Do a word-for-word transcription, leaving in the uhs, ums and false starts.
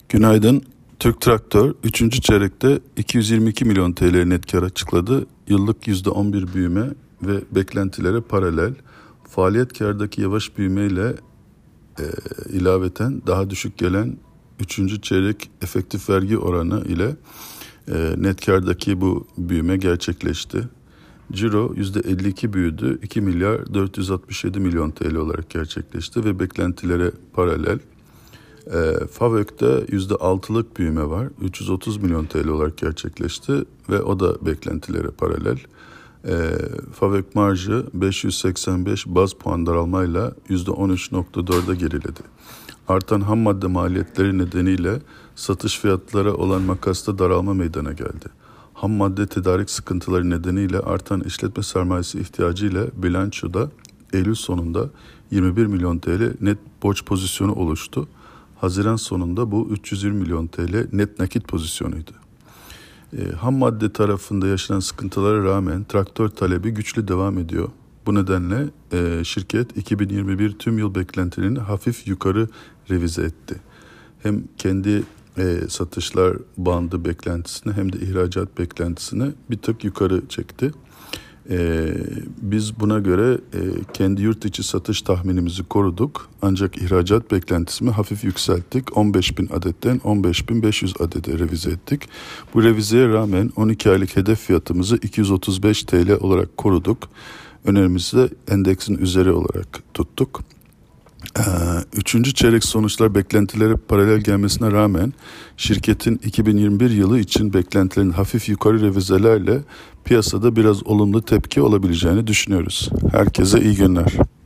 Günaydın. Türk Traktör üçüncü çeyrekte iki yüz yirmi iki milyon T L net kar açıkladı. Yıllık yüzde on bir büyüme ve beklentilere paralel. Faaliyet kârdaki yavaş büyümeyle e, ilaveten daha düşük gelen üçüncü çeyrek efektif vergi oranı ile e, net kârdaki bu büyüme gerçekleşti. Ciro yüzde elli iki büyüdü. iki milyar dört yüz altmış yedi milyon T L olarak gerçekleşti ve beklentilere paralel. E, FAVÖK'te yüzde altılık büyüme var. üç yüz otuz milyon T L olarak gerçekleşti ve o da beklentilere paralel. E, FAVÖK marjı beş yüz seksen beş baz puan daralmayla yüzde on üç nokta dörde geriledi. Artan ham madde maliyetleri nedeniyle satış fiyatlara olan makasta daralma meydana geldi. Ham madde tedarik sıkıntıları nedeniyle artan işletme sermayesi ihtiyacıyla bilançoda Eylül sonunda yirmi bir milyon T L net borç pozisyonu oluştu. Haziran sonunda bu üç yüz yirmi milyon T L net nakit pozisyonuydu. E, ham madde tarafında yaşanan sıkıntılara rağmen traktör talebi güçlü devam ediyor. Bu nedenle e, şirket iki bin yirmi bir tüm yıl beklentilerini hafif yukarı revize etti. Hem kendi e, satışlar bandı beklentisini hem de ihracat beklentisini bir tık yukarı çekti. Ee, biz buna göre e, kendi yurt içi satış tahminimizi koruduk. Ancak ihracat beklentisini hafif yükselttik. on beş bin adetten on beş bin beş yüz adede revize ettik. Bu revizeye rağmen on iki aylık hedef fiyatımızı iki yüz otuz beş T L olarak koruduk. Önerimizi de endeksin üzeri olarak tuttuk. Ee, üçüncü çeyrek sonuçlar beklentilere paralel gelmesine rağmen şirketin iki bin yirmi bir yılı için beklentilerin hafif yukarı revizelerle piyasada biraz olumlu tepki olabileceğini düşünüyoruz. Herkese iyi günler.